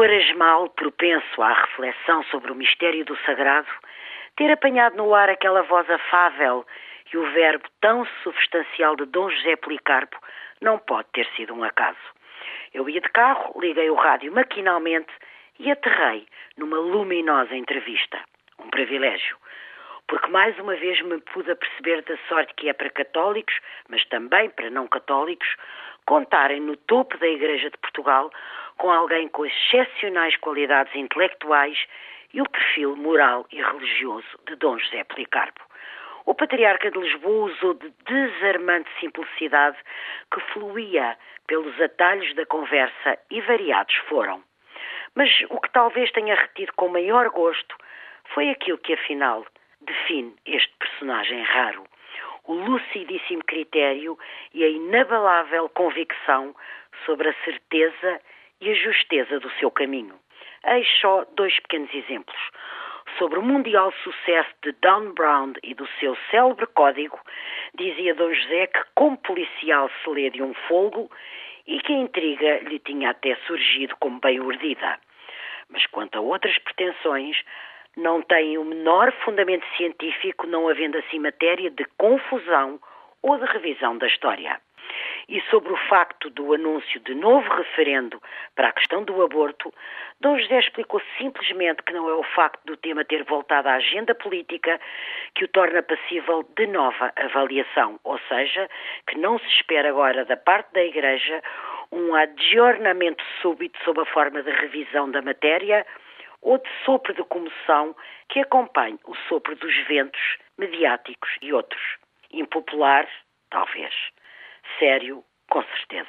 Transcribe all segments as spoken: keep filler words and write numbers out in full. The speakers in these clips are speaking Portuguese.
quaresmal propenso à reflexão sobre o mistério do sagrado, ter apanhado no ar aquela voz afável e o verbo tão substancial de Dom José Policarpo não pode ter sido um acaso. Eu ia de carro, liguei o rádio maquinalmente e aterrei numa luminosa entrevista. Um privilégio, porque mais uma vez me pude aperceber da sorte que é para católicos, mas também para não católicos, contarem no topo da Igreja de Portugal com alguém com excepcionais qualidades intelectuais e o perfil moral e religioso de Dom José Policarpo. O patriarca de Lisboa usou de desarmante simplicidade que fluía pelos atalhos da conversa e variados foram. Mas o que talvez tenha retido com maior gosto foi aquilo que, afinal, define este personagem raro. O lucidíssimo critério e a inabalável convicção sobre a certeza e a justeza do seu caminho. Eis só dois pequenos exemplos. Sobre o mundial sucesso de Dan Brown e do seu célebre código, dizia Dom José que como policial se lê de um folgo e que a intriga lhe tinha até surgido como bem urdida. Mas quanto a outras pretensões, não têm o menor fundamento científico, não havendo assim matéria de confusão ou de revisão da história. E sobre o facto do anúncio de novo referendo para a questão do aborto, Dom José explicou simplesmente que não é o facto do tema ter voltado à agenda política que o torna passível de nova avaliação, ou seja, que não se espera agora da parte da Igreja um adjornamento súbito sob a forma de revisão da matéria ou de sopro de comoção que acompanhe o sopro dos ventos mediáticos e outros. Impopular, talvez. Sério, com certeza.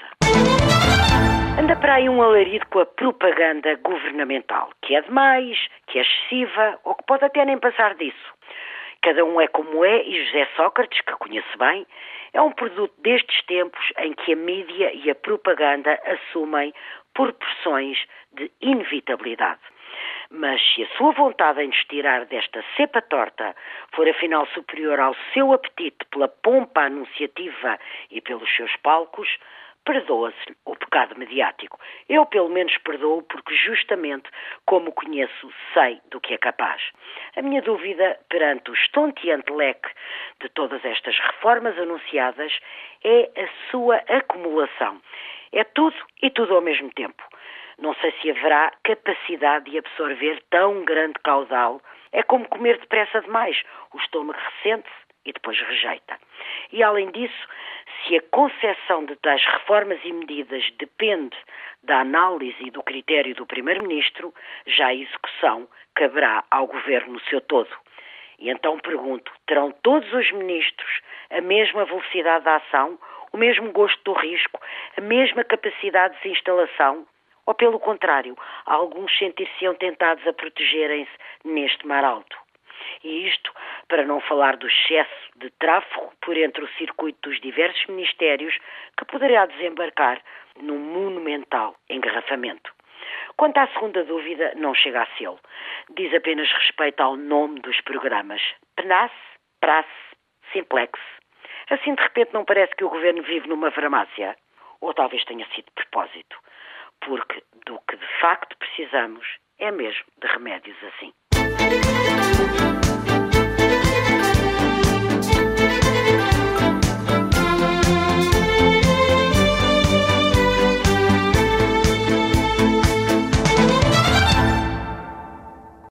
Anda para aí um alarido com a propaganda governamental, que é demais, que é excessiva ou que pode até nem passar disso. Cada um é como é e José Sócrates, que conheço bem, é um produto destes tempos em que a mídia e a propaganda assumem proporções de inevitabilidade. Mas se a sua vontade em nos tirar desta cepa torta for afinal superior ao seu apetite pela pompa anunciativa e pelos seus palcos, perdoa-se o pecado mediático. Eu pelo menos perdoo porque justamente como o conheço sei do que é capaz. A minha dúvida perante o estonteante leque de todas estas reformas anunciadas é a sua acumulação. É tudo e tudo ao mesmo tempo. Não sei se haverá capacidade de absorver tão grande caudal. É como comer depressa demais. O estômago ressente-se e depois rejeita. E, além disso, se a concepção de tais reformas e medidas depende da análise e do critério do Primeiro-Ministro, já a execução caberá ao Governo no seu todo. E então pergunto, terão todos os ministros a mesma velocidade da ação, o mesmo gosto do risco, a mesma capacidade de desinstalação? Ou, pelo contrário, alguns sentir-se-ão tentados a protegerem-se neste mar alto? E isto para não falar do excesso de tráfego por entre o circuito dos diversos ministérios que poderá desembarcar num monumental engarrafamento. Quanto à segunda dúvida, não chega a sê-lo. Diz apenas respeito ao nome dos programas. Penace, Prace, Simplex. Assim, de repente, não parece que o Governo vive numa farmácia? Ou talvez tenha sido de propósito. Porque do que de facto precisamos é mesmo de remédios assim.